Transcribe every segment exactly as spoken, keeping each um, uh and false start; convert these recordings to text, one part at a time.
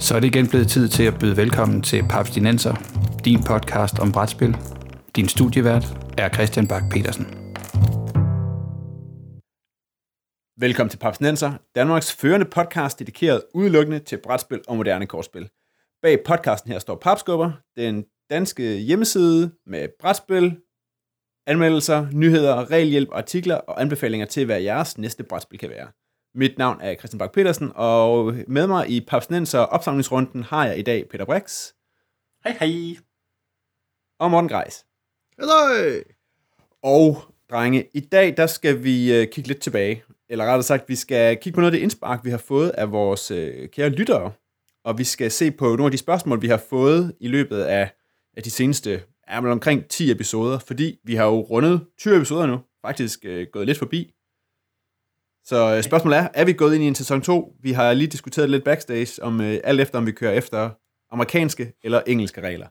Så er det igen blevet tid til at byde velkommen til Papstinenser, din podcast om brætspil. Din studievært er Christian Bak Petersen. Velkommen til Papstinenser, Danmarks førende podcast dedikeret udelukkende til brætspil og moderne kortspil. Bag podcasten her står Papskubber, den danske hjemmeside med brætspil, anmeldelser, nyheder, regelhjælp, artikler og anbefalinger til, hvad jeres næste brætspil kan være. Mit navn er Christian Bak Petersen, og med mig i Papstinenser opsamlingsrunden har jeg i dag Peter Brix. Hej hej. Og Morten Greis. Hallo. Og drenge, i dag der skal vi uh, kigge lidt tilbage. Eller rettere sagt, vi skal kigge på noget af det indspark, vi har fået af vores uh, kære lyttere. Og vi skal se på nogle af de spørgsmål, vi har fået i løbet af, af de seneste er vel omkring ti episoder. Fordi vi har jo rundet tyve episoder nu. Faktisk uh, gået lidt forbi. Så uh, spørgsmålet er, er vi gået ind i en sæson to? Vi har lige diskuteret lidt backstage om uh, alt efter, om vi kører efter amerikanske eller engelske regler.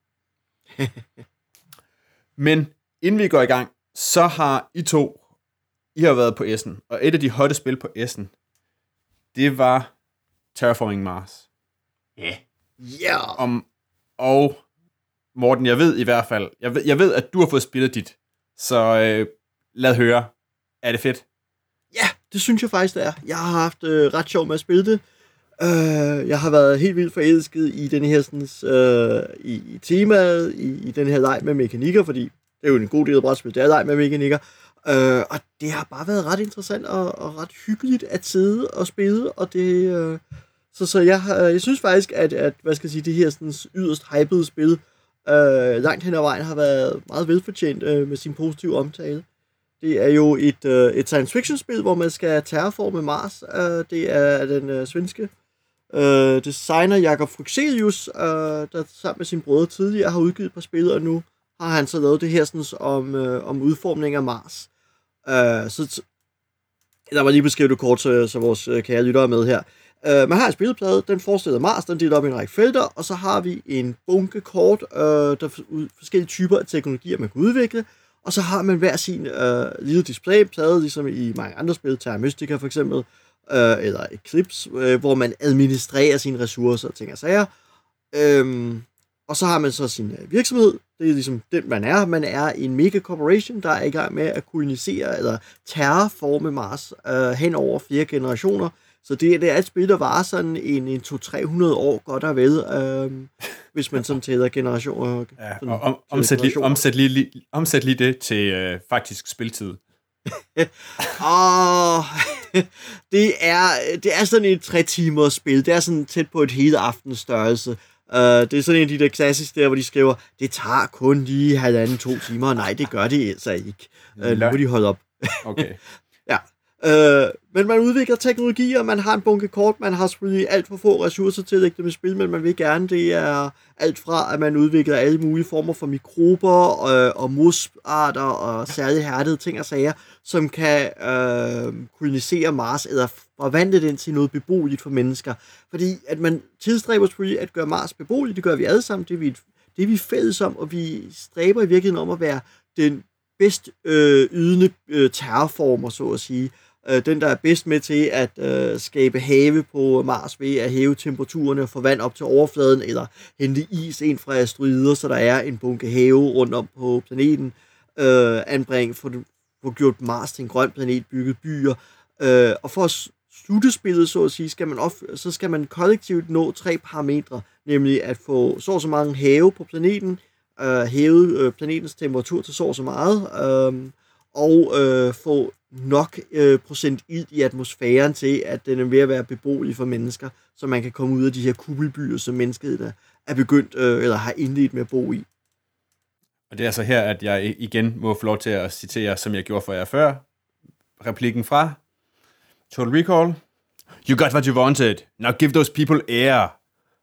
Men inden vi går i gang, så har I to, I har været på Essen, og et af de hotte spil på Essen, det var Terraforming Mars. Ja. Yeah. Ja. Om, og Morten, jeg ved i hvert fald, jeg ved, jeg ved at du har fået spillet dit, så øh, lad høre. Er det fedt? Ja, det synes jeg faktisk, det er. Jeg har haft øh, ret sjov med at spille det. Uh, jeg har været helt vildt forelsket i den her sådan, uh, i, i temaet, i, i den her leg med mekanikker, fordi det er jo en god del af brætspil, det er leg med mekanikker, uh, og det har bare været ret interessant og, og ret hyggeligt at sidde og spille, og det, uh, så, så jeg, jeg synes faktisk, at, at hvad skal jeg sige, det her sådan, yderst hypede spil, uh, langt hen ad vejen har været meget velfortjent uh, med sin positive omtale. Det er jo et, uh, et science fiction spil, hvor man skal terraforme Mars, uh, det er den uh, svenske Uh, designer Jakob Fryxelius, uh, der sammen med sine brødre tidligere har udgivet et par spil, og nu har han så lavet det her sådan, om, uh, om udformning af Mars. Uh, så der var lige beskrevet det kort, så, så vores uh, kære lyttere er med her. Uh, man har en spilplade, den forestiller Mars, den deler op i en række felter, og så har vi en bunke kort, uh, der er forskellige typer af teknologier, man kan udvikle, og så har man hver sin uh, lille displayplade, ligesom i mange andre spil, Terra Mystica for eksempel, Øh, eller Eclipse, øh, hvor man administrerer sine ressourcer og ting og sager. Øhm, og så har man så sin øh, virksomhed. Det er ligesom den, man er. Man er en mega corporation, der er i gang med at kolonisere eller terraforme Mars øh, hen over flere generationer. Så det, det er et spil, der varer sådan en, en to til tre hundrede år godt og vel, øh, hvis man sådan tæller generationer. Ja, og om, omsæt, lige, omsæt, lige, omsæt lige det til øh, faktisk spiltid. Åh, det er det er sådan et tre timers spil. Det er sådan tæt på et hele aftens størrelse. Uh, det er sådan en af de der klassiske der, hvor de skriver, det tager kun lige halvanden, to timer. Nej, det gør det altså ikke. Uh, nu må de holde op. Okay. Ja. Uh, men man udvikler teknologier, man har en bunke kort, man har selvfølgelig alt for få ressourcer til at lægge dem i spil, men man vil gerne, det er alt fra, at man udvikler alle mulige former for mikrober og, og musarter og særligt hærdede ting og sager, som kan øh, kolonisere Mars eller forvandle den til noget beboeligt for mennesker. Fordi at man tilstræber selvfølgelig at gøre Mars beboeligt, det gør vi alle sammen, det er vi, det er vi fælles om, og vi stræber i virkeligheden om at være den bedst øh, ydende øh, terraformer, så at sige. Den, der er bedst med til at øh, skabe have på Mars ved at hæve temperaturerne og få vand op til overfladen, eller hente is ind fra asteroider, så der er en bunke have rundt om på planeten, øh, anbringe, få, få gjort Mars til en grøn planet, bygget byer. Øh, og for at slutte spillet, så at sige, skal man op, så skal man kollektivt nå tre parametre, nemlig at få så og så mange have på planeten, øh, hæve øh, planetens temperatur til så og så meget, øh, og øh, få nok øh, procent ilt i atmosfæren til, at den er ved at være beboelig for mennesker, så man kan komme ud af de her kuppelbyer, som mennesket er begyndt, øh, eller har indledt med at bo i. Og det er så her, at jeg igen må få lov til at citere, som jeg gjorde for jer før, replikken fra Total Recall. You got what you wanted. Now give those people air.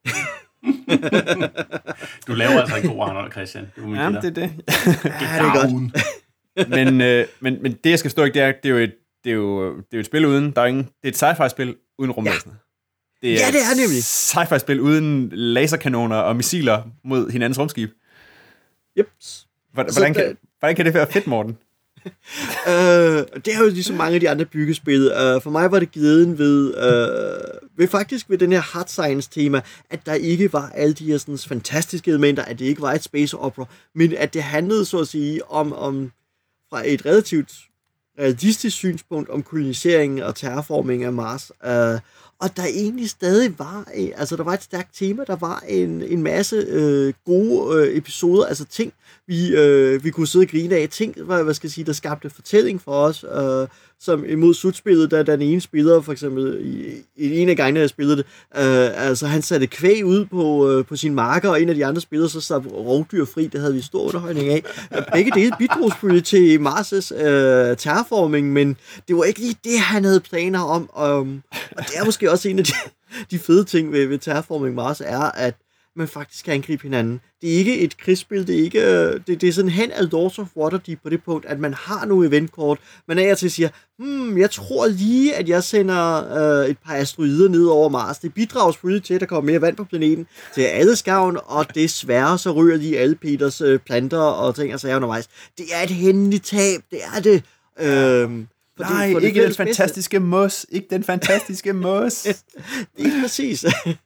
Du laver altså en god Arnold, Christian. Du ja, det er det. Ja, det er godt. men, øh, men, men det, jeg skal stå ikke, det er, det er jo et, det er jo, det er jo et spil uden, der er ingen, det er et sci-fi-spil uden rumvæsener. Ja. Det er, ja, det er nemlig. Sci-fi-spil uden laserkanoner og missiler mod hinandens rumskib. Yep. Hvordan, hvordan, kan, hvordan kan det være fedt, Morten? øh, det er jo ligesom mange af de andre byggespil. Uh, for mig var det glæden ved, uh, ved faktisk ved den her hard science tema, at der ikke var alle de her sådan, fantastiske elementer, at det ikke var et space opera, men at det handlede så at sige om, om fra et relativt realistisk synspunkt om koloniseringen og terraforming af Mars. Uh, og der egentlig stadig var, altså der var et stærkt tema, der var en, en masse øh, gode øh, episoder, altså ting, vi, øh, vi kunne sidde og grine af, ting, hvad, hvad skal jeg sige, der skabte fortælling for os, øh, som imod slutspillet, der den ene spiller, for eksempel, i, i en af gangene, jeg spillede det, øh, altså han satte kvæg ud på, øh, på sin marker, og en af de andre spillere, så satte rovdyr fri, det havde vi stor underholdning af. Begge dele bidrog selvfølgelig til Mars' øh, terraforming, men det var ikke lige det, han havde planer om, um, og det er måske også en af de, de fede ting ved, ved terraforming Mars, er, at man faktisk kan angribe hinanden. Det er ikke et krigsspil, det er ikke, det, det er sådan hen af Lords of Waterdeep på det punkt, at man har nogle eventkort, man er til at sige, hmm, jeg tror lige, at jeg sender øh, et par asteroider ned over Mars. Det bidrager selvfølgelig til, at der kommer mere vand på planeten, til alle skavn, og desværre så ryger de alle Peters øh, planter og ting og sager undervejs. Det er et hændeligt tab, det er det. Øh, For Nej, det, for ikke det den fantastiske mos. Ikke den fantastiske mos. Det er præcis.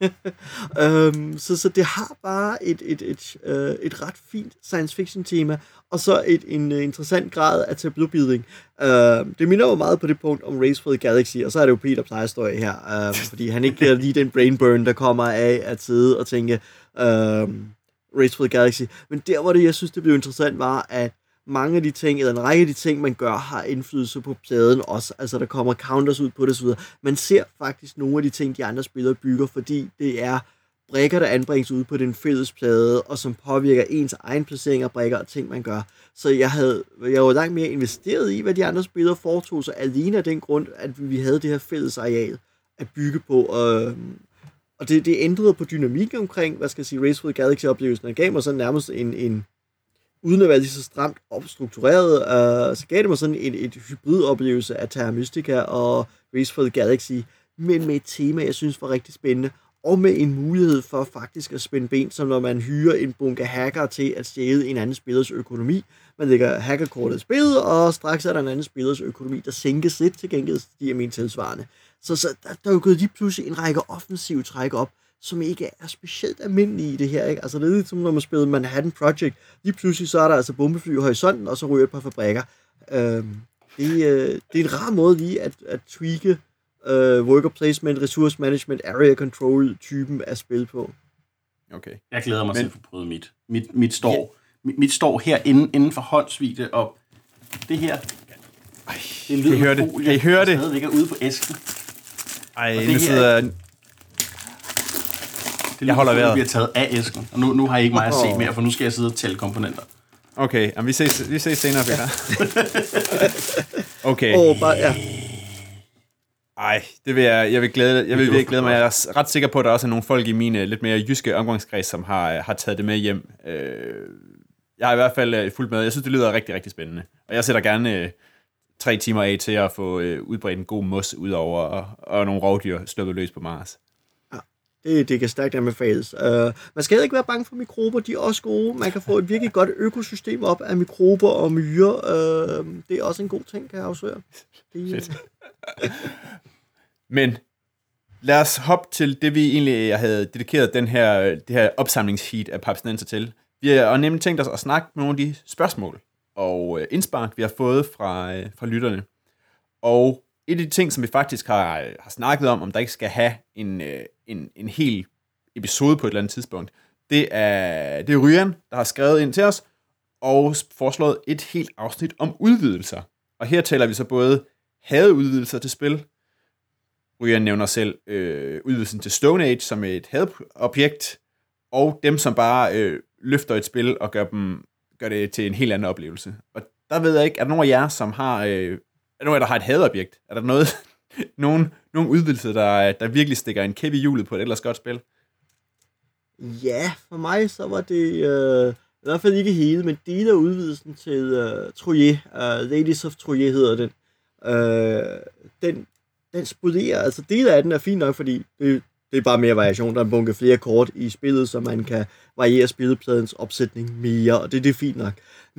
um, så, så det har bare et, et, et, uh, et ret fint science fiction tema, og så et, en uh, interessant grad af tableaubuilding. Uh, det minder jo meget på det punkt om Race for the Galaxy, og så er det jo Peter plejehistorie her, uh, fordi han ikke kan lide den brain burn, der kommer af at sidde og tænke uh, Race for the Galaxy. Men der, hvor det, jeg synes, det blev interessant, var, at mange af de ting, eller en række af de ting, man gør, har indflydelse på pladen også. Altså, der kommer counters ud på det, osv. Man ser faktisk nogle af de ting, de andre spillere bygger, fordi det er brikker, der anbringes ud på den fælles plade, og som påvirker ens egen placering af brikker og ting, man gør. Så jeg havde, jeg var langt mere investeret i, hvad de andre spillere foretog sig, alene af den grund, at vi havde det her fælles areal at bygge på. Og, og det, det ændrede på dynamikken omkring, hvad skal jeg sige, Race for the Galaxy-oplevelsen. Det gav mig sådan nærmest en, en uden at være lige så stramt opstruktureret, uh, så gav det mig sådan et, et hybridoplevelse af Terra Mystica og Race for the Galaxy, men med et tema, jeg synes var rigtig spændende, og med en mulighed for faktisk at spænde ben, som når man hyrer en bunke hacker til at stjæle en anden spillers økonomi. Man lægger hackerkortet i spillet, og straks er der en anden spillers økonomi, der sænkes lidt, til gengæld stiger min tilsvarende. Så, så der, der er jo gået lige pludselig en række offensive træk op, som ikke er specielt almindelige i det her, ikke? Altså det er lidt som når man spiller Manhattan Project, lige pludselig så er der altså bombefly i horisonten, og så ryger et par fabrikker. Øhm, det, øh, det er en rar måde lige at, at tweake øh, worker placement, resource management, area control typen af spil på. Okay. Jeg glæder mig Men... til at få prøvet mit. Mit, mit, står, yeah. mit, mit står her inden, inden for håndsvide, og det her, Ej, det lyder kan I høre det? Kan I høre det? Stadigvæk er ude på æsken. Ej, nu sidder jeg... Det jeg holder vejret. Det bliver taget af æsken, og nu, nu har jeg ikke meget at se mere, for nu skal jeg sidde og tælle komponenter. Okay, jamen, vi, ses, vi ses senere, Peter. Okay. Oh, bare, ja. Ej, det vil jeg, jeg vil glæde, jeg vil virkelig glæde mig. Jeg er ret sikker på, at der også er nogle folk i mine lidt mere jyske omgangskreds, som har, har taget det med hjem. Jeg har i hvert fald fulgt med. Jeg synes, det lyder rigtig, rigtig spændende. Og jeg sætter gerne tre timer af til at få udbredt en god mos ud over, og, og nogle rovdyr sluppet løs på Mars. Det, det kan stærkt anbefales. Uh, man skal ikke være bange for mikrober, de er også gode. Man kan få et virkelig godt økosystem op af mikrober og myrer. Uh, det er også en god ting, kan jeg afsløre. Det, Men lad os hoppe til det, vi egentlig havde dedikeret den her, det her opsamlingsheat af Papstinenser til. Vi har nemlig tænkt os at snakke med nogle af de spørgsmål og indspark, vi har fået fra, fra lytterne. Og et af de ting, som vi faktisk har, har snakket om, om der ikke skal have en, en, en hel episode på et eller andet tidspunkt, det er, det er Ryan, der har skrevet ind til os og foreslået et helt afsnit om udvidelser. Og her taler vi så både hadeudvidelser til spil. Ryan nævner selv øh, udvidelsen til Stone Age som et hadeobjekt, og dem, som bare øh, løfter et spil og gør, dem, gør det til en helt anden oplevelse. Og der ved jeg ikke, er der nogen af jer, som har... Øh, er der nogen, der har et hadeobjekt? Er der noget, nogen, nogen udvidelser, der, der virkelig stikker en kæp i hjulet på et ellers godt spil? Ja, for mig så var det øh, i hvert fald ikke hele, men dele af udvidelsen til øh, Troyer, øh, Ladies of Troyer hedder den. Øh, den, den spolerer, altså dele af den er fint nok, fordi det, det er bare mere variation. Der er en bunke flere kort i spillet, så man kan variere spillepladens opsætning mere, og det, det er fint nok. Men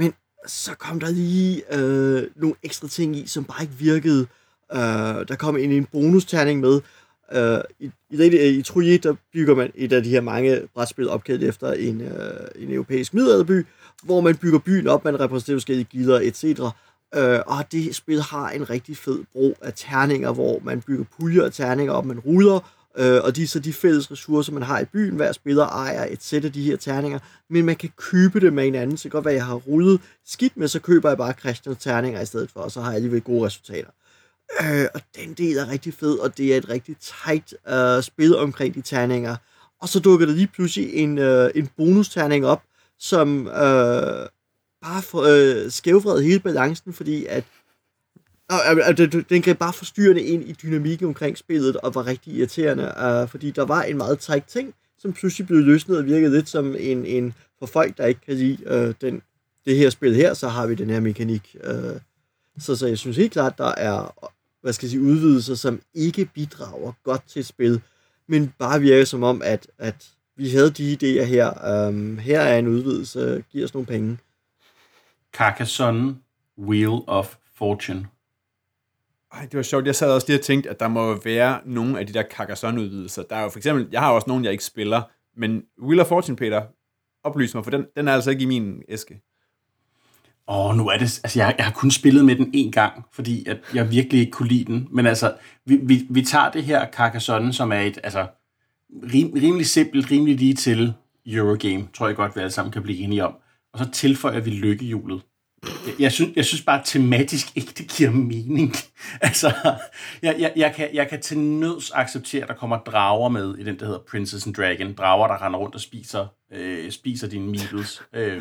så kom der lige øh, nogle ekstra ting i, som bare ikke virkede. Øh, der kom en, en bonusterning med. Øh, I i, i Troje, der bygger man et af de her mange brætspil opkaldt efter en, øh, en europæisk middelalderby, hvor man bygger byen op, man repræsenterer forskellige gilder, et cetera. Øh, og det spil har en rigtig fed brug af terninger, hvor man bygger puljer af terninger op, man ruder, øh, og de er så de fælles ressourcer, man har i byen. Hver spiller ejer et sæt af de her terninger, men man kan købe det med hinanden. Så det kan godt være, at jeg har rudet skidt med, så køber jeg bare Christians terninger i stedet for, og så har jeg alligevel gode resultater. Øh, og den del er rigtig fed, og det er et rigtig tight øh, spil omkring de terninger. Og så dukker der lige pludselig en, øh, en bonusterning op, som øh, bare for, øh, skævvrede hele balancen, fordi at øh, øh, den, den greb bare forstyrrende ind i dynamikken omkring spillet, og var rigtig irriterende, øh, fordi der var en meget tight ting, som pludselig blev løsnet og virkede lidt som en, en for folk, der ikke kan lide øh, den, det her spil her, så har vi den her mekanik. Øh, så, så jeg synes helt klart, der er hvad skal jeg sige, udvidelser, som ikke bidrager godt til et spil, men bare virker som om, at, at vi havde de idéer her. Um, her er en udvidelse, giver os nogle penge. Carcassonne Wheel of Fortune. Ej, det var sjovt. Jeg sad også lige og tænkte, at der må være nogle af de der Carcassonne-udvidelser. Der er jo for eksempel, jeg har også nogle, jeg ikke spiller, men Wheel of Fortune, Peter, oplys mig, for den, den er altså ikke i min æske. Åh, oh, nu er det... Altså, jeg, jeg har kun spillet med den en gang, fordi at jeg virkelig ikke kunne lide den. Men altså, vi, vi, vi tager det her Carcassonne, som er et altså, rim, rimelig simpelt, rimelig lige til Eurogame, tror jeg godt, vi alle sammen kan blive enige om. Og så tilføjer vi lykkehjulet. Jeg, jeg, synes, jeg synes bare, tematisk ikke, det giver mening. Altså, jeg, jeg, jeg, kan, jeg kan til nøds acceptere, at der kommer drager med i den, der hedder Princess and Dragon. Drager, der render rundt og spiser, øh, spiser dine meeples. Øh,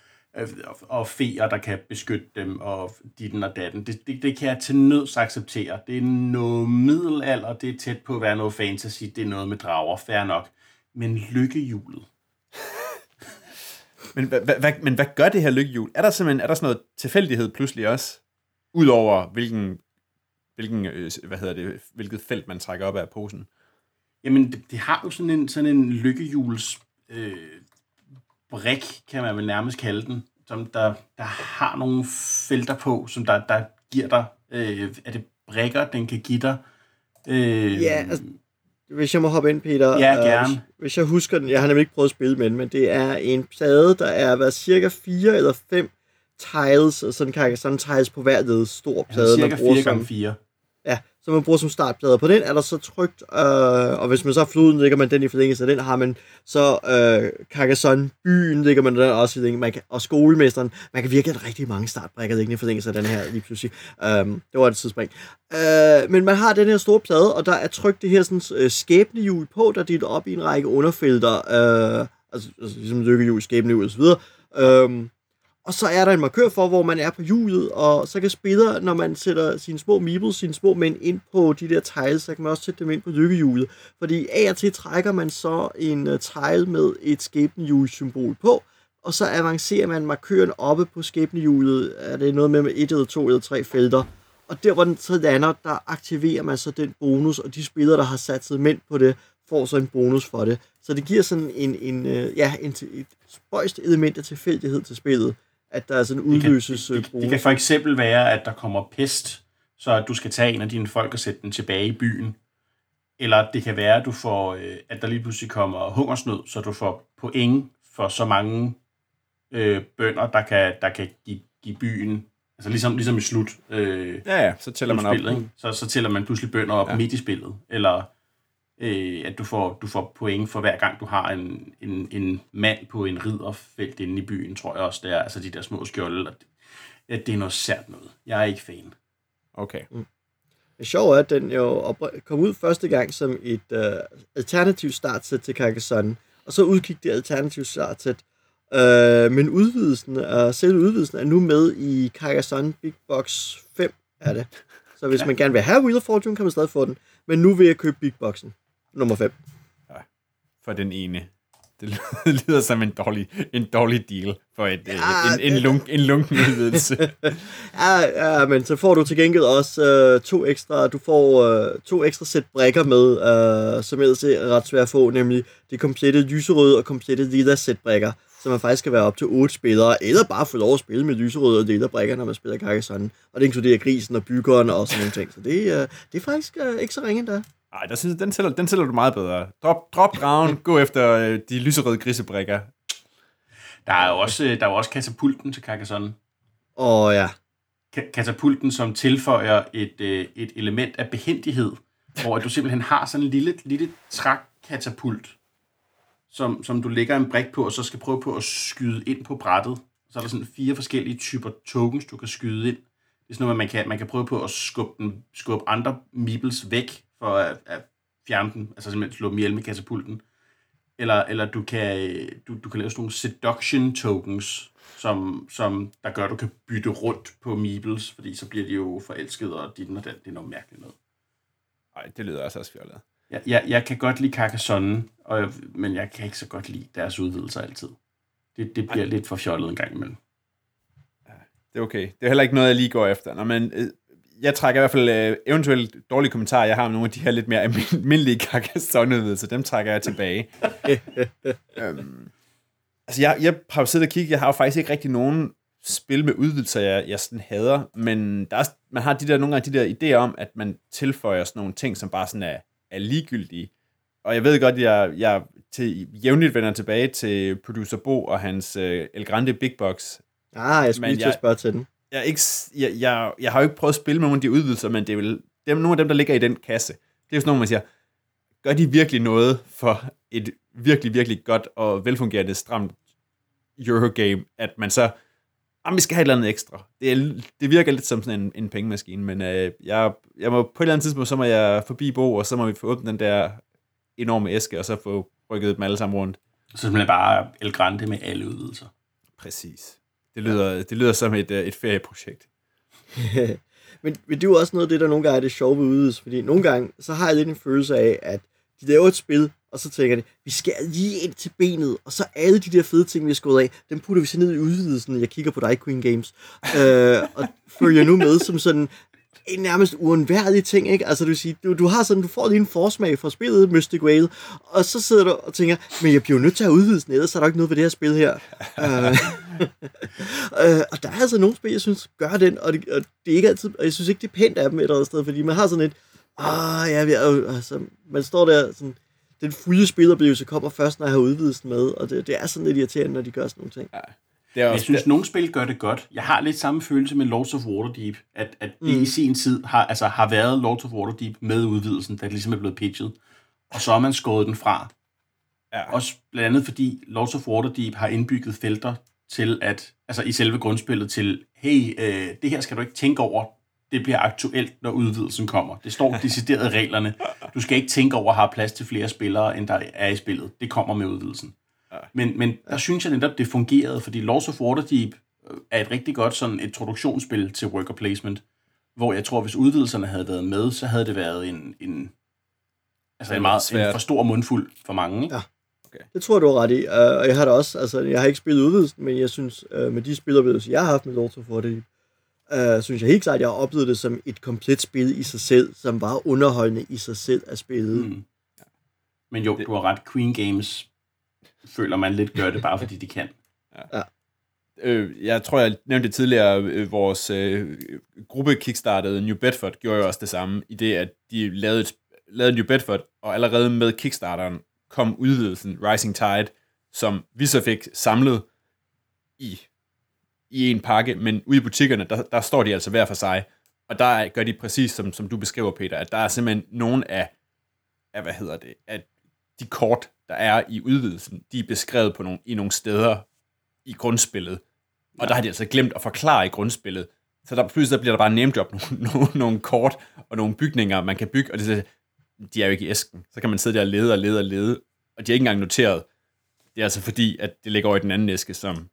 og feer, der kan beskytte dem, og ditten og datten. Det, det, det kan jeg til nøds acceptere. Det er noget middelalder, det er tæt på at være noget fantasy, det er noget med drager, fair nok. Men lykkehjulet. men, hva, hva, men hvad gør det her lykkehjul? Er der simpelthen er der sådan noget tilfældighed pludselig også? Udover hvilken, hvilken hvad hedder det, hvilket felt man trækker op af posen? Jamen, det, det har jo sådan en, sådan en lykkehjuls... Øh, brik, kan man vel nærmest kalde den, som der, der har nogle felter på, som der, der giver dig, øh, er det brikker, den kan give dig? Øh, ja, altså, hvis jeg må hoppe ind, Peter. Ja, gerne. Øh, hvis jeg husker den, jeg har nemlig ikke prøvet at spille med den, men det er en plade, der er været cirka fire eller fem tiles, og sådan Carcassonne tiles på hver led, stor plade. Ja, cirka fire gange fire. Ja, så man bruger som startplader. På den er der så trygt, øh, og hvis man så har floden, lægger man den i forlængelse af den, har man så øh, Carcassonne byen, lægger man den også i den, man kan, og skolemesteren. Man kan virkelig have rigtig mange startbrækker liggende i forlængelse af den her lige pludselig. Um, det var et tidsspring. Uh, men man har den her store plade, og der er trykt det her sådan, uh, skæbnehjul på, der er delt op i en række underfelter, uh, altså, altså ligesom lykkehjul, skæbnehjul og så videre. Um, Og så er der en markør for, hvor man er på hjulet, og så kan spillere, når man sætter sine små meeples, sine små mænd ind på de der tiles, så kan man også sætte dem ind på lykkehjulet. Fordi af og til trækker man så en uh, tile med et skæbnehjulssymbol på, og så avancerer man markøren oppe på skæbnehjulet. Er det noget med, med et eller to eller tre felter? Og der, hvor den så lander, der aktiverer man så den bonus, og de spillere, der har sat sig mænd på det, får så en bonus for det. Så det giver sådan en, en, uh, ja, en, et spøjst element af tilfældighed til spillet, at der er sådan en udløses det, det, det kan for eksempel være, at der kommer pest, så at du skal tage en af dine folk og sætte den tilbage i byen. Eller det kan være, at, du får, at der lige pludselig kommer hungersnød, så du får point for så mange øh, bønder, der kan, der kan give, give byen, altså ligesom, ligesom i slut. Øh, ja, ja, så tæller man op. Spil, så, så tæller man pludselig bønder op ja. midt i spillet. Eller øh, at du får, du får point for hver gang, du har en, en, en mand på en ridderfelt inde i byen, tror jeg også, det er. Altså de der små skjolde. Ja, det er noget sært noget. Jeg er ikke fan. Okay. Mm. Det sjove er, at den jo kom ud første gang som et uh, alternativt startsæt til Carcassonne, og så udgik det alternativt startsæt. Uh, men udvidelsen, uh, selv udvidelsen er nu med i Carcassonne Big Box fem, er det. Så hvis ja. man gerne vil have Wheel of Fortune, kan man stadig få den. Men nu vil jeg købe Big Boxen, nummer fem. Ja, for den ene. Det lyder som en dårlig, en dårlig deal for et, ja, øh, en, en, lunk, en lunken udvidelse. ja, ja, men så får du til gengæld også uh, to ekstra, du får uh, to ekstra sæt brækker med, uh, som ellers er ret svært at få, nemlig det komplette lyserøde og komplette lilla sæt brækker. så man faktisk kan være op til otte spillere, eller bare få lov at spille med lyserøde og lederbrikker, når man spiller Carcassonne. Og det inkluderer grisen og byggeren og sådan nogle ting. Så det, øh, det er faktisk øh, ikke så ringe der. Nej, der synes jeg, den sælger, den sælger du meget bedre. Drop, drop dragen, gå efter øh, de lyserøde grisebrikker. Der er jo også, der er jo også katapulten til Carcassonne. Åh ja. Katapulten, som tilføjer et, øh, et element af behændighed, hvor du simpelthen har sådan en lille, lille trækkatapult, som, som du lægger en brik på, og så skal prøve på at skyde ind på brættet. Så er der sådan fire forskellige typer tokens, du kan skyde ind. Det er sådan noget, man kan, man kan prøve på at skubbe, den, skubbe andre meeples væk, for at, at fjerne den, altså simpelthen slå dem ihjel med katapulten. Eller, eller du, kan, du, du kan lave sådan nogle seduction tokens, som, som der gør, at du kan bytte rundt på meeples, fordi så bliver de jo forelsket, og dit og den, det er noget mærkeligt noget. Nej, det lyder altså også fjollet. Jeg, jeg, jeg kan godt lide Carcassonne, og jeg, men jeg kan ikke så godt lide deres udvidelser altid. Det, det bliver Ej. lidt for fjollet en gang imellem. Ja, det er okay. Det er heller ikke noget, jeg lige går efter. Nå, men øh, jeg trækker i hvert fald øh, eventuelt dårlige kommentarer, jeg har om nogle af de her lidt mere almindelige Carcassonne-udvidelser. Dem trækker jeg tilbage. øhm, altså, jeg, jeg har jo siddet og kigget. Jeg har jo faktisk ikke rigtig nogen spil med udvidelser, jeg, jeg sådan hader. Men der er, man har de der, nogle af de der idéer om, at man tilføjer sådan nogle ting, som bare sådan er, er ligegyldige. Og jeg ved godt, at jeg, jeg til, jævnligt vender tilbage til producer Bo og hans øh, El Grande Big Box. Ah, jeg skulle lige til at spørge til den. Jeg, ikke, jeg, jeg, jeg har jo ikke prøvet at spille med nogle af de udvidelser, men det er vel det er nogle af dem, der ligger i den kasse. Det er jo sådan nogle, man siger, gør de virkelig noget for et virkelig, virkelig godt og velfungerende, stramt Eurogame, at man så, ah, vi skal have et eller andet ekstra. Det, er, det virker lidt som sådan en, en pengemaskine, men øh, jeg, jeg må på et eller andet tidspunkt, så må jeg forbi Bo, og så må vi få åbnet den der enorme æske, og så få rykket dem alle sammen rundt. Så simpelthen bare El Grande med alle udvidelser. Præcis. Det lyder, det lyder som et, et ferieprojekt. men, men det er jo også noget af det, der nogle gange er det sjove ved udvidelser, fordi nogle gange, så har jeg lidt en følelse af, at de laver et spil, og så tænker de, vi skal lige ind til benet, og så alle de der fede ting, vi har skåret af, dem putter vi så ned i udvidelsen, når jeg kigger på dig, Queen Games, øh, og følger nu med som sådan en nærmest uundværlig ting, ikke? Altså, du, siger, du, du har sådan, du får lige en forsmag fra spillet Mystic Vale, og så sidder du og tænker, men jeg bliver jo nødt til at udvide den, ellers er der ikke noget ved det her spil her. uh, uh, og der er altså nogle spil, jeg synes, gør den, og det, og det er ikke altid, og jeg synes ikke, det er pænt af dem et eller andet sted, fordi man har sådan et, ah, ja, altså, man står der, sådan, den fulde spiloplevelse kommer først, når jeg har udvidet den med, og det, det er sådan lidt irriterende, når de gør sådan nogle ting. Ja. Det er også, jeg synes, at nogle spil gør det godt. Jeg har lidt samme følelse med Lords of Waterdeep, at, at det mm. i sin tid har, altså, har været Lords of Waterdeep med udvidelsen, da det ligesom er blevet pitchet. Og så har man skåret den fra. Ja. Også blandt andet fordi Lords of Waterdeep har indbygget felter til at, altså i selve grundspillet til, hey, øh, det her skal du ikke tænke over, det bliver aktuelt, når udvidelsen kommer. Det står decideret i reglerne. Du skal ikke tænke over at have plads til flere spillere, end der er i spillet. Det kommer med udvidelsen. Men, men der synes jeg netop, det fungerede, fordi Lords of Waterdeep er et rigtig godt sådan introduktionsspil til worker placement, hvor jeg tror, hvis udvidelserne havde været med, så havde det været en, en, altså en, meget, en for stor mundfuld for mange. Ikke? Ja, okay. Det tror jeg, du har ret i. Uh, og jeg har da også, altså jeg har ikke spillet udvidelsen, men jeg synes, uh, med de spiloplevelser, jeg har haft med Lords of Waterdeep, uh, synes jeg helt klart, at jeg har oplevet det som et komplet spil i sig selv, som var underholdende i sig selv at spille. Mm. Ja. Men jo, du har ret, Queen Games føler man lidt gør det, bare fordi de kan. Ja. Øh, jeg tror, jeg nævnte det tidligere, øh, vores øh, gruppe kickstartede New Bedford, gjorde jo også det samme, i det, at de lavede, et, lavede New Bedford, og allerede med kickstarteren kom udvidelsen Rising Tide, som vi så fik samlet i, i en pakke, men ude i butikkerne, der, der står de altså hver for sig, og der gør de præcis, som, som du beskriver, Peter, at der er simpelthen nogen af, af hvad hedder det, at de kort, der er i udvidelsen, de er beskrevet på nogle, i nogle steder i grundspillet. Og ja. Der har de altså glemt at forklare i grundspillet. Så der pludselig bliver der bare name-drop nogle, nogle, nogle kort og nogle bygninger, man kan bygge, og det, de er jo ikke i æsken. Så kan man sidde der og lede og lede og lede, og de er ikke engang noteret. Det er altså fordi, at det ligger over i den anden æske, som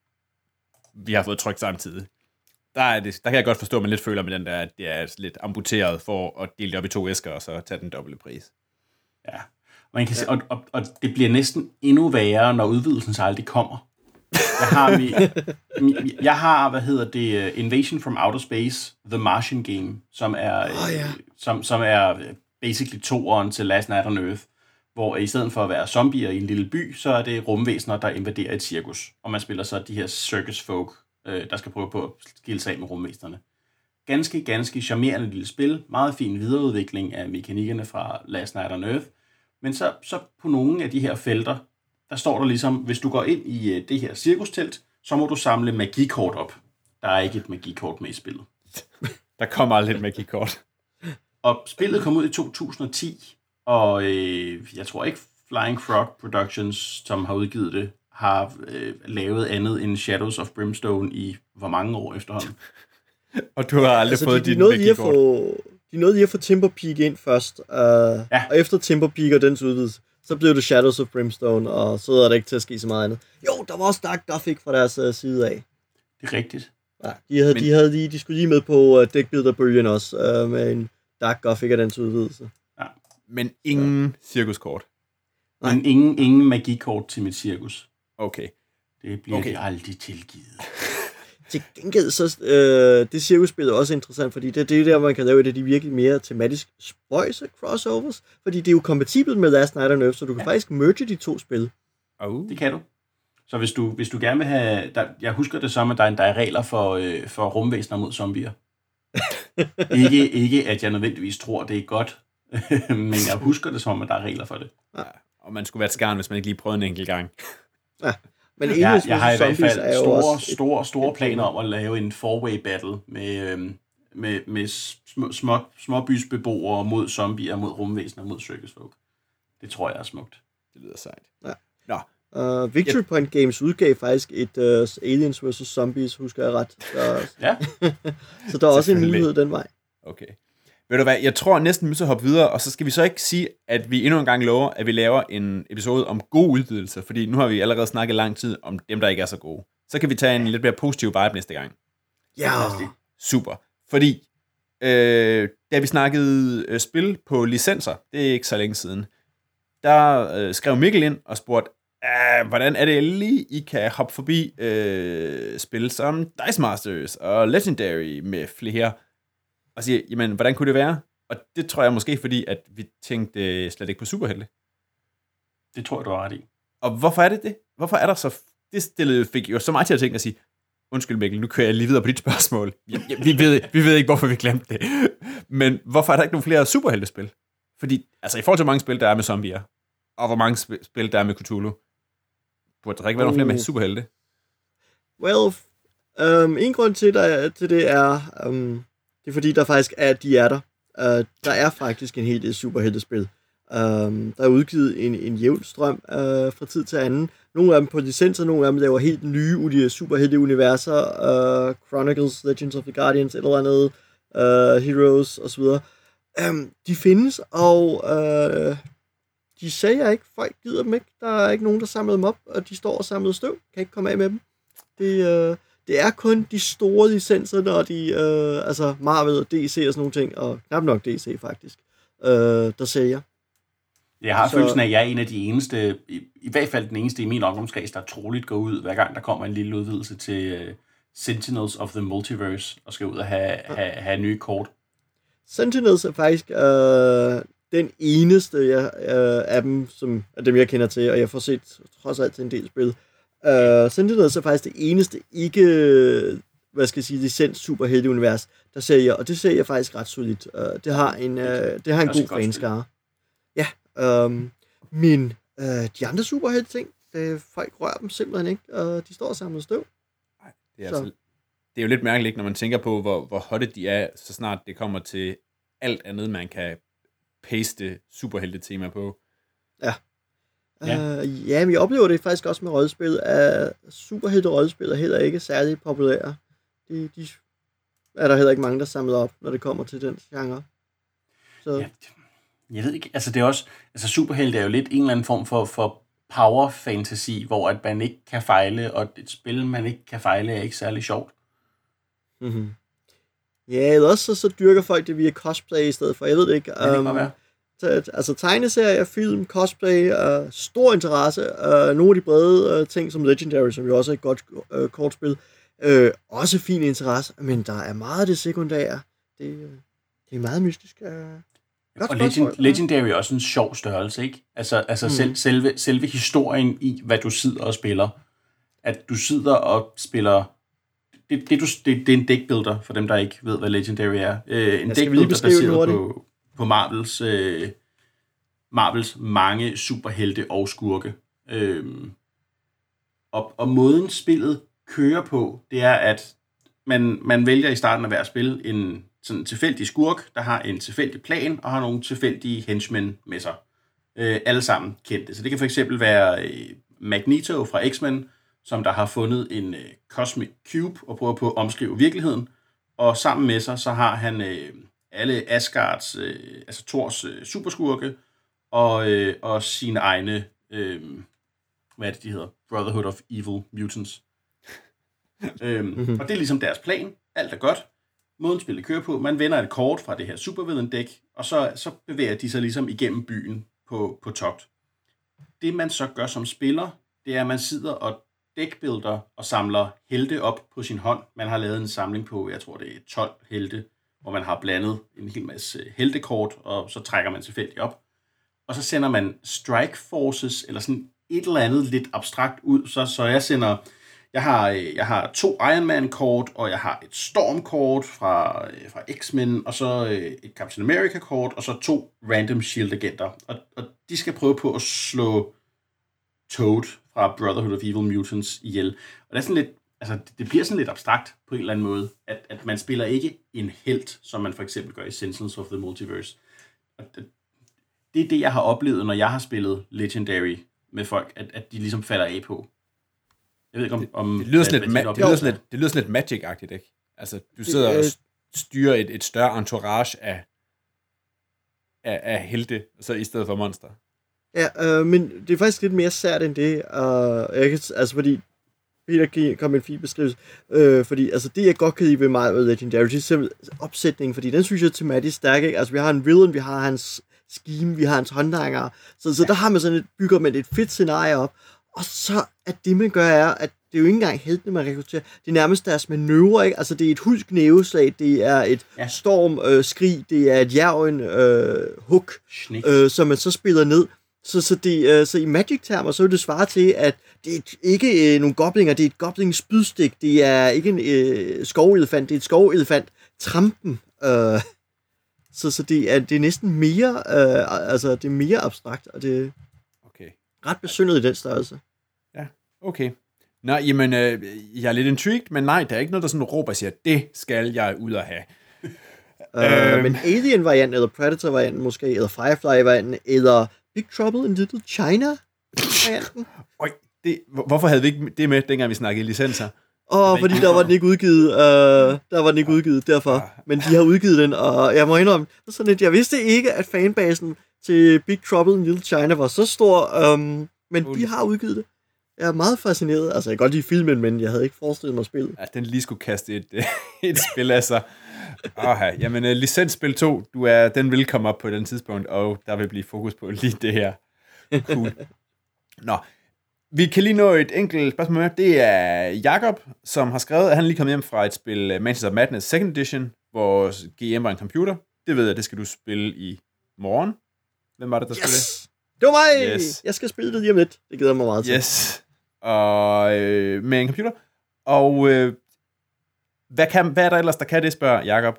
vi har fået trykt samtidig. Der, er det, der kan jeg godt forstå, at man lidt føler med den der, at det er lidt amputeret for at dele det op i to æsker, og så tage den dobbelte pris. Ja. Man kan ja. se, og, og, og det bliver næsten endnu værre, når udvidelsen så aldrig kommer. Jeg har, mi, jeg har hvad hedder det, Invasion from Outer Space, The Martian Game, som er, oh, ja. som, som er basically toeren til Last Night on Earth, hvor i stedet for at være zombier i en lille by, så er det rumvæsener, der invaderer et cirkus. Og man spiller så de her circus folk, øh, der skal prøve på at skille sig af med rumvæsenerne. Ganske, ganske charmerende lille spil. Meget fin videreudvikling af mekanikkerne fra Last Night on Earth. Men så, så på nogle af de her felter, der står der ligesom, hvis du går ind i det her cirkustelt, så må du samle magikort op. Der er ikke et magikort med i spillet. Der kommer aldrig et magikort. Og spillet kom ud i to tusind og ti, og øh, jeg tror ikke Flying Frog Productions, som har udgivet det, har øh, lavet andet end Shadows of Brimstone i hvor mange år efterhånden. Og du har aldrig altså, fået de, dit de nåede lige at magikort. få, de nåede lige at få Timber Peak ind først, uh, ja. Og efter Timber Peak og dens udvidelse, så blev det Shadows of Brimstone, og så er der ikke til at ske så meget andet. Jo, der var også Dark Gothic fra deres uh, side af. Det er rigtigt. Ja, de, havde, Men... de, havde lige, de skulle lige med på uh, dækbilderbølgen også, uh, med en Dark Gothic og dens udvidelse. Ja. Men ingen så. cirkuskort. Nej. Men ingen, ingen magikort til mit cirkus. Okay. Det bliver okay. de aldrig tilgivet. Til gengæld, så øh, det cirkusspil er også interessant, fordi det, det er der, man kan lave et af de virkelig mere tematisk spøjse crossovers, fordi det er jo kompatibelt med Last Night on Earth, så du kan ja. faktisk merge de to spil. Oh. Det kan du. Så hvis du, hvis du gerne vil have... Der, jeg husker det som, at der er, der er regler for, øh, for rumvæsener mod zombier. ikke, ikke, at jeg nødvendigvis tror, det er godt, men jeg husker det som, at der er regler for det. Ja. Og man skulle være et skarn, hvis man ikke lige prøvede en enkelt gang. Ja. Men ja, jeg har i hvert fald store, et, store, store planer om at lave en four-way battle med, øhm, med, med små, små, småbysbeboere mod zombier, mod rumvæsener, mod circusfolk. Det tror jeg er smukt. Det lyder sejt. Ja. Nå. Uh, Victory yep. Point Games udgav faktisk et uh, Aliens versus. Zombies, husker jeg ret. Så, ja. Så der er også en mulighed den vej. Okay. Ved du hvad, jeg tror næsten, vi skal hoppe videre, og så skal vi så ikke sige, at vi endnu en gang lover, at vi laver en episode om gode udvidelser, fordi nu har vi allerede snakket lang tid om dem, der ikke er så gode. Så kan vi tage en lidt mere positiv vibe næste gang. Ja. Super. Fordi, øh, da vi snakkede øh, spil på licenser, det er ikke så længe siden, der øh, skrev Mikkel ind og spurgte, hvordan er det lige, I kan hoppe forbi øh, spil som Dice Masters og Legendary med flere, og sige, jamen, hvordan kunne det være? Og det tror jeg måske, fordi at vi tænkte slet ikke på superhelte. Det tror jeg, du har ret i. Og hvorfor er det det? Hvorfor er der så... Det stillede, fik jo så meget til at tænke at sige, undskyld Mikkel, nu kører jeg lige videre på dit spørgsmål. Ja, ja, vi, ved, vi ved ikke, hvorfor vi glemte det. Men hvorfor er der ikke nogen flere superheltespil? Fordi, altså i forhold til hvor mange spil, der er med zombier, og hvor mange spil, der er med Cthulhu, burde der ikke være nogen flere med superhelte? Well, um, en grund til, der, til det er... Um Det er fordi, der faktisk er, de er der. Uh, der er faktisk en hel del superheltespil. Um, der er udgivet en, en jævn strøm uh, fra tid til anden. Nogle af dem på licenser, nogle af dem laver helt nye superhelte-universer. Uh, Chronicles, Legends of the Guardians, eller andet, uh, Heroes osv. Um, de findes, og uh, de siger ikke, folk gider dem ikke. Der er ikke nogen, der samler dem op, og de står og samler støv. Kan ikke komme af med dem. Det uh, Det er kun de store licenser, når de, øh, altså Marvel og D C og sådan nogle ting, og knap nok D C faktisk, øh, der sælger. Jeg har så... følelsen af, at jeg er en af de eneste, i, i hvert fald den eneste i min omgangskreds, der troligt går ud, hver gang der kommer en lille udvidelse til uh, Sentinels of the Multiverse, og skal ud og have, ja. have, have nye kort. Sentinels er faktisk øh, den eneste jeg, øh, af dem, som, af dem, jeg kender til, og jeg får set trods alt en del spil. Uh, Sentinels er faktisk det eneste ikke, hvad skal jeg sige, licens superhelte-univers, der sælger, og det sælger faktisk ret solidt. Uh, det har en, uh, det har en god fanskare. Ja, um, men uh, de andre superhelte-ting, det, folk rører dem simpelthen ikke, og de står og samler støv. Nej, det er, altså, det er jo lidt mærkeligt, når man tænker på, hvor, hvor hotte de er, så snart det kommer til alt andet, man kan paste superhelte-tema på. Ja. Ja. Uh, ja, men jeg oplever det faktisk også med rollespil, at superhelte-rollespil er heller ikke særlig populære. De, de er der heller ikke mange, der samler op, når det kommer til den genre. Så. Ja, jeg ved ikke, altså det er også, altså superhelte er jo lidt en eller anden form for, for power fantasy, hvor at man ikke kan fejle, og et spil, man ikke kan fejle, er ikke særlig sjovt. Mm-hmm. Ja, ellers så, så dyrker folk det via cosplay i stedet for, jeg ved det ikke. Ja, det kan um, være. Altså tegneserier, film, cosplay, uh, stor interesse. Uh, nogle af de brede uh, ting som Legendary, som jo også er et godt uh, kortspil, uh, også fin interesse, men der er meget af det sekundære. Det, uh, det er meget mystisk. Uh. Godt og Legend, Legendary er også en sjov størrelse, ikke? Altså, altså mm. selv, selve, selve historien i, hvad du sidder og spiller. At du sidder og spiller... Det, det, du, det, det er en deckbuilder, for dem, der ikke ved, hvad Legendary er. Øh, en deckbuilder baseret på, på Marvels, øh, Marvels mange superhelte og skurke. Øh, og, og måden spillet kører på, det er, at man, man vælger i starten af hver spil en sådan tilfældig skurk, der har en tilfældig plan og har nogle tilfældige henchmen med sig. Øh, alle sammen kendte. Så det kan for eksempel være øh, Magneto fra X-Men, som der har fundet en øh, Cosmic Cube og prøver på at omskrive virkeligheden. Og sammen med sig, så har han øh, alle Asgards, øh, altså Thors øh, superskurke, og, øh, og sine egne, øh, hvad er det, de hedder? Brotherhood of Evil Mutants. øhm, mm-hmm. Og det er ligesom deres plan. Alt er godt. Måden spillet kører på, man vender et kort fra det her supervillain-dæk, og så, så bevæger de sig ligesom igennem byen på, på togt. Det man så gør som spiller, det er, at man sidder og deckbuilder og samler helte op på sin hånd. Man har lavet en samling på, jeg tror det er tolv helte, hvor man har blandet en hel masse heltekort, og så trækker man tilfældigt op. Og så sender man strike forces, eller sådan et eller andet lidt abstrakt ud, så, så jeg sender... Jeg har, jeg har to Iron Man-kort, og jeg har et Storm-kort fra, fra X-Men, og så et Captain America-kort, og så to random Shield-agenter. Og, og de skal prøve på at slå Toad fra Brotherhood of Evil Mutants ihjel. Og det er sådan lidt, altså det bliver sådan lidt abstrakt på en eller anden måde, at, at man spiller ikke en helt, som man for eksempel gør i Sentinels of the Multiverse. Og det, det er det, jeg har oplevet, når jeg har spillet Legendary med folk, at, at de ligesom falder af på. Jeg ved ikke, om... om det, lyder sådan lidt, ma- det, lyder sådan lidt, det lyder sådan lidt Magic-agtigt, ikke? Altså, du sidder det, øh, og styrer et, et større entourage af, af, af helte, så i stedet for monster. Ja, øh, men det er faktisk lidt mere sært end det. Uh, jeg kan, altså, fordi Peter kom med en fin beskrivelse. Øh, fordi altså, det, jeg godt kan lide ved mig med Legendary, det er simpelthen opsætningen, fordi den synes jeg er tematisk stærk, ikke? Altså, vi har en villain, vi har hans scheme, vi har hans håndlanger, så, så ja. Der har man sådan et, bygger man et fedt scenarie op, og så at det, man gør, er, at det er jo ikke engang heltene, man rekrutterer. Det er nærmest deres manøvre, ikke? Altså, det er et husk næveslag, det er et ja. storm øh, skrig, det er et jærgen øh, hook, øh, som man så spiller ned. Så, så, det, øh, så i Magic-termer, så er det svare til, at det er ikke øh, nogle goblinger, det er et goblin-spydstik, det er ikke en øh, skovelefant, det er et skovelefant trampen. Øh, så så det, er, det er næsten mere, øh, altså det er mere abstrakt, og det er okay. ret besyndet i den størrelse. Ja, okay. Nå, jamen, øh, jeg er lidt intrigued, men nej, der er ikke noget, der sådan råber og siger, det skal jeg ud og have. øh, øh, men Alien-varianten, eller Predator-varianten måske, eller Firefly-varianten, eller Big Trouble in Little China-varianten. Øj, det, hvorfor havde vi ikke det med, dengang vi snakkede licenser? Åh, oh, fordi der var den ikke udgivet. Uh, der var den ikke udgivet, derfor. Men de har udgivet den, og jeg må indrømme, sådan lidt, jeg vidste ikke, at fanbasen til Big Trouble in Little China var så stor, um, men de har udgivet det. Jeg er meget fascineret. Altså, jeg kan godt lide filmen, men jeg havde ikke forestillet mig at spille. Ja, den lige skulle kaste et, et spil af sig. Oha, jamen, uh, licensspil to, du er, den vil komme op på den tidspunkt, og der vil blive fokus på lige det her. Cool. Nå, vi kan lige nå et enkelt spørgsmål med. Det er Jakob, som har skrevet, at han lige kom hjem fra et spil Mansions of Madness second Edition, hvor G M var en computer. Det ved jeg, det skal du spille i morgen. Hvem var det, der yes! spillede det? Det var mig! Yes. Jeg skal spille det lige om lidt. Det glæder mig meget til. Yes. Og øh, med en computer. Og øh, hvad, kan, hvad er der ellers, der kan det, spørger Jakob?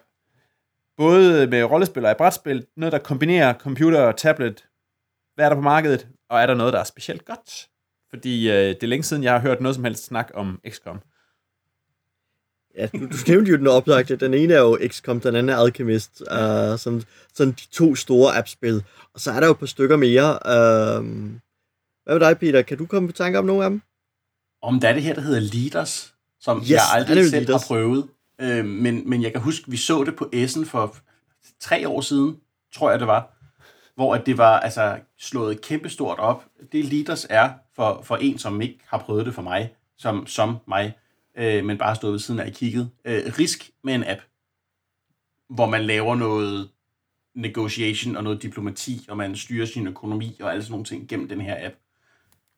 Både med rollespil og i brætspil, noget, der kombinerer computer og tablet. Hvad er der på markedet? Og er der noget, der er specielt godt? Fordi øh, det er længe siden, jeg har hørt noget som helst snak om X COM. Ja, du, du nævnte jo den oplagte. Den ene er jo X COM, den anden er Alchemist. Uh, som, sådan de to store appspil. Og så er der jo et par stykker mere. Uh, hvad med dig, Peter? Kan du komme på tanke om nogle af dem? Om der er det her, der hedder Leaders, som yes, jeg aldrig selv Leaders. har prøvet. Uh, men, men jeg kan huske, vi så det på Essen for tre år siden, tror jeg det var. Hvor at det var altså slået kæmpestort op. Det Leaders er for, for en, som ikke har prøvet det for mig, som, som mig, øh, men bare stået ved siden af og kigget. Øh, Risk med en app, hvor man laver noget negotiation og noget diplomati, og man styrer sin økonomi og alle sådan nogle ting gennem den her app.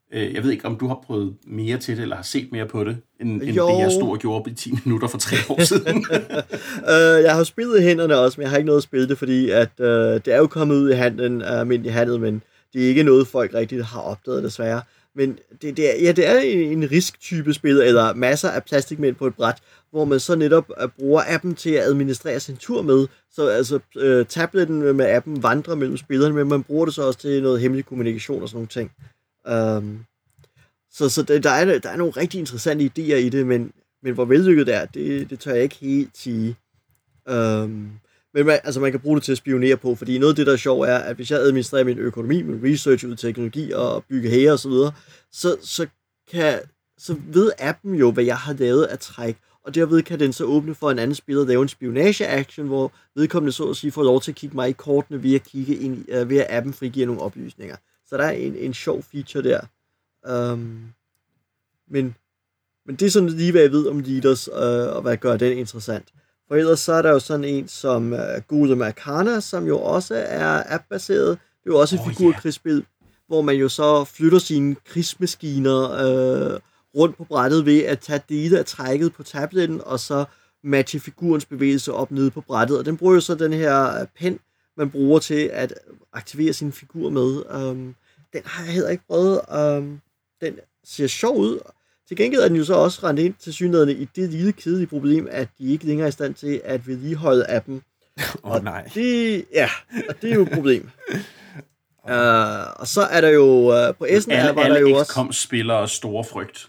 Øh, jeg ved ikke, om du har prøvet mere til det, eller har set mere på det, end, end Jo. det, jeg stod og gjorde i ti minutter for tre år siden. uh, jeg har spillet i hænderne også, men jeg har ikke noget at spille det, fordi at, uh, det er jo kommet ud i handlen, uh, almindelig handel, men det er ikke noget, folk rigtigt har opdaget, desværre. Men det, det, er, ja, det er en, en risk-type spil, eller masser af plastikmænd på et bræt, hvor man så netop uh, bruger appen til at administrere sin tur med. Så altså, uh, tabletten med appen vandrer mellem spillerne, men man bruger det så også til noget hemmelig kommunikation og sådan nogle ting. Um, så så det, der, er, der er nogle rigtig interessante idéer i det, men, men hvor vellykket det er, det, det tør jeg ikke helt sige. Um, men man, altså man kan bruge det til at spionere på, fordi noget af det, der er sjovt, er, at hvis jeg administrerer min økonomi, min research ud teknologi og bygge hære og så videre, så, så, kan, så ved appen jo, hvad jeg har lavet af træk, og derved kan den så åbne for en anden spiller at lave en spionage-action, hvor vedkommende så at sige får lov til at kigge mig i kortene ved at kigge ind, uh, ved at appen frigiver nogle oplysninger. Så der er en, en sjov feature der. Um, men, men det er sådan lige, hvad jeg ved om Leaders, uh, og hvad gør den interessant. For ellers så er der jo sådan en som uh, Golem Arcana, som jo også er app-baseret. Det er jo også et oh, figurkrigsspil, yeah. hvor man jo så flytter sine krigsmaskiner uh, rundt på brættet ved at tage dele af trækket på tabletten, og så matche figurens bevægelse op nede på brættet. Og den bruger jo så den her uh, pen, man bruger til at aktivere sin figur med. Um, den har jeg heller ikke prøvet. Um, den ser sjov ud. Til gengæld er den jo så også rendt ind til synligheden i det lille kedelige problem, at de ikke længere er i stand til at vedligeholde appen. Åh oh, nej. Det, ja, og det er jo et problem. uh, og så er der jo uh, på S'en alle, var alle der jo også... også... Alle spillere store frygt.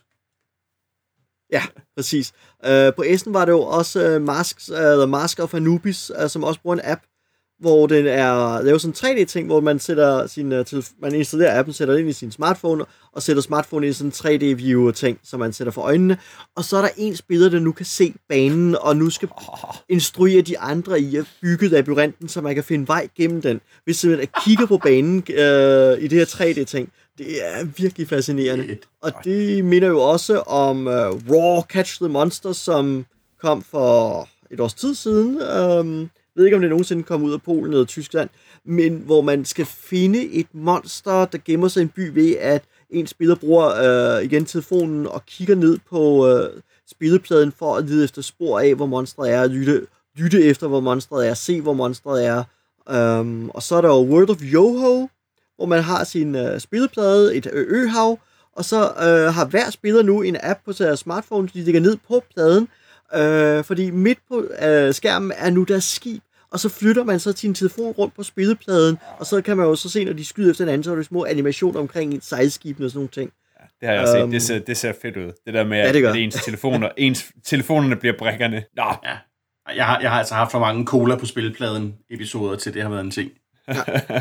Ja, præcis. Uh, på S'en var der jo også uh, Masks, uh, The Mask of Anubis, uh, som også bruger en app, hvor den er lavet sådan en tre D-ting, hvor man sætter sin, uh, telef- man installerer appen, sætter den ind i sin smartphone, og sætter smartphone i sådan en tre D-viewer-ting, som man sætter for øjnene. Og så er der en spiller, der nu kan se banen, og nu skal instruere de andre i at bygge labyrinten, så man kan finde vej gennem den. Hvis man kigger på banen uh, i det her tre D-ting, det er virkelig fascinerende. Og det minder jo også om uh, Raw Catch the Monster, som kom for et års tid siden. Um, Jeg ved ikke, om det nogensinde kommer ud af Polen eller Tyskland, men hvor man skal finde et monster, der gemmer sig i en by ved, at en spiller bruger øh, igen telefonen og kigger ned på øh, spillepladen for at lede efter spor af, hvor monstret er, lytte, lytte efter, hvor monstret er, se, hvor monstret er. Um, og så er der jo World of Yoho, hvor man har sin øh, spilleplade, et øhav, og så øh, har hver spiller nu en app på deres smartphone, de ligger ned på pladen, øh, fordi midt på øh, skærmen er nu deres skib, og så flytter man så sin telefon rundt på spillepladen, og så kan man jo så se, når de skyder efter hinanden, så er der små animationer omkring et sejlskib og sådan nogle ting. Ja, det har jeg også um, set. Det ser, det ser fedt ud. Det der med, ja, at, at ens, telefoner, ens telefonerne bliver brækkerne. Nå. Ja. Jeg har, jeg har altså haft for mange cola på spillepladen episoder til, det har været en ting. Ja.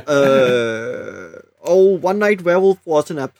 øh, og One Night Werewolf var også en app.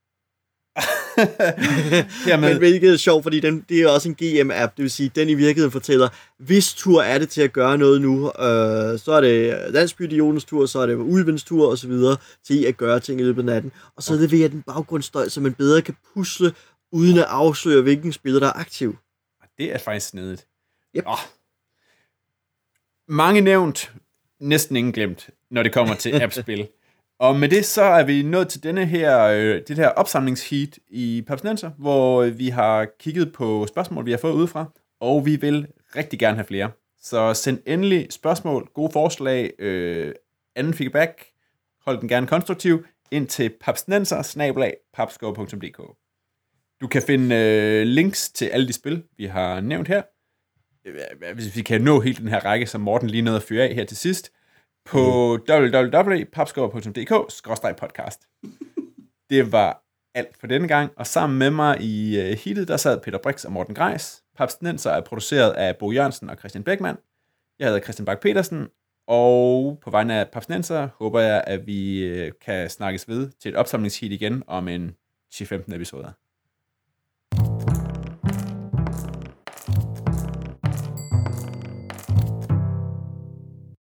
Men hvilket er sjovt, fordi den, det er også en G M-app, det vil sige, den i virkeligheden fortæller, hvis tur er det til at gøre noget nu, øh, så er det landsbyidionens tur, så er det ulvens tur og så videre, til at gøre ting i løbet af natten, og så leverer den baggrundsstøj, så man bedre kan pusle, uden at afsløre, hvilken spiller, der er aktiv. Det er faktisk snedigt. Yep. Oh. Mange nævnt, næsten ingen glemt, når det kommer til appspil. Og med det, så er vi nået til denne her, øh, det her opsamlingsheat i Papsnenser, hvor vi har kigget på spørgsmål, vi har fået udefra, og vi vil rigtig gerne have flere. Så send endelig spørgsmål, gode forslag, øh, anden feedback, hold den gerne konstruktiv, ind til papsnenser snabel-a papskov punktum d k. Du kan finde øh, links til alle de spil, vi har nævnt her, hvis vi kan nå hele den her række, som Morten lige nåede at fyre af her til sidst, på mm. w w w punktum papskov punktum d k skråstreg podcast. Det var alt for denne gang, og sammen med mig i uh, heatet, der sad Peter Brix og Morten Greis. Papsnenser er produceret af Bo Jørgensen og Christian Beckmann. Jeg hedder Christian Bak Petersen, og på vegne af Papsnenser håber jeg, at vi uh, kan snakkes ved til et opsamlingsheat igen om en ti til femten episoder.